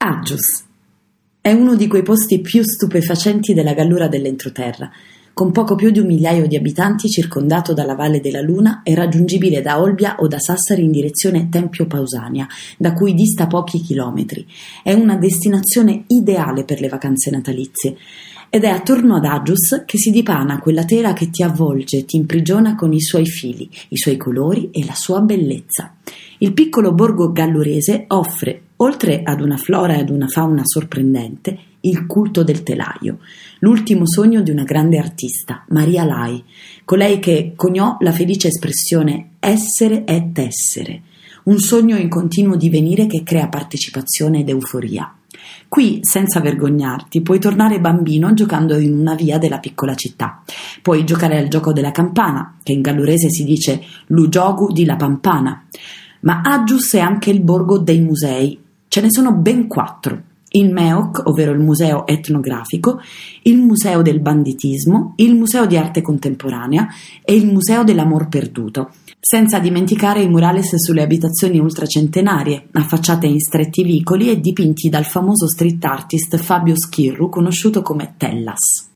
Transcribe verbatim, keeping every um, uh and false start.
Aggius è uno di quei posti più stupefacenti della Gallura dell'entroterra, con poco più di un migliaio di abitanti, circondato dalla Valle della Luna e raggiungibile da Olbia o da Sassari in direzione Tempio Pausania, da cui dista pochi chilometri. È una destinazione ideale per le vacanze natalizie. Ed è attorno ad Aggius che si dipana quella tela che ti avvolge e ti imprigiona con i suoi fili, i suoi colori e la sua bellezza. Il piccolo borgo gallurese offre, oltre ad una flora e ad una fauna sorprendente, il culto del telaio, l'ultimo sogno di una grande artista, Maria Lai, colei che coniò la felice espressione essere è tessere, un sogno in continuo divenire che crea partecipazione ed euforia. Qui, senza vergognarti, puoi tornare bambino giocando in una via della piccola città. Puoi giocare al gioco della campana, che in gallurese si dice lu giogu di la pampana. Ma Aggius è anche il borgo dei musei. Ce ne sono ben quattro. Il MEOC, ovvero il Museo Etnografico, il Museo del Banditismo, il Museo di Arte Contemporanea e il Museo dell'Amor Perduto, senza dimenticare i murales sulle abitazioni ultracentenarie, affacciate in stretti vicoli e dipinti dal famoso street artist Fabio Schirru, conosciuto come Tellas.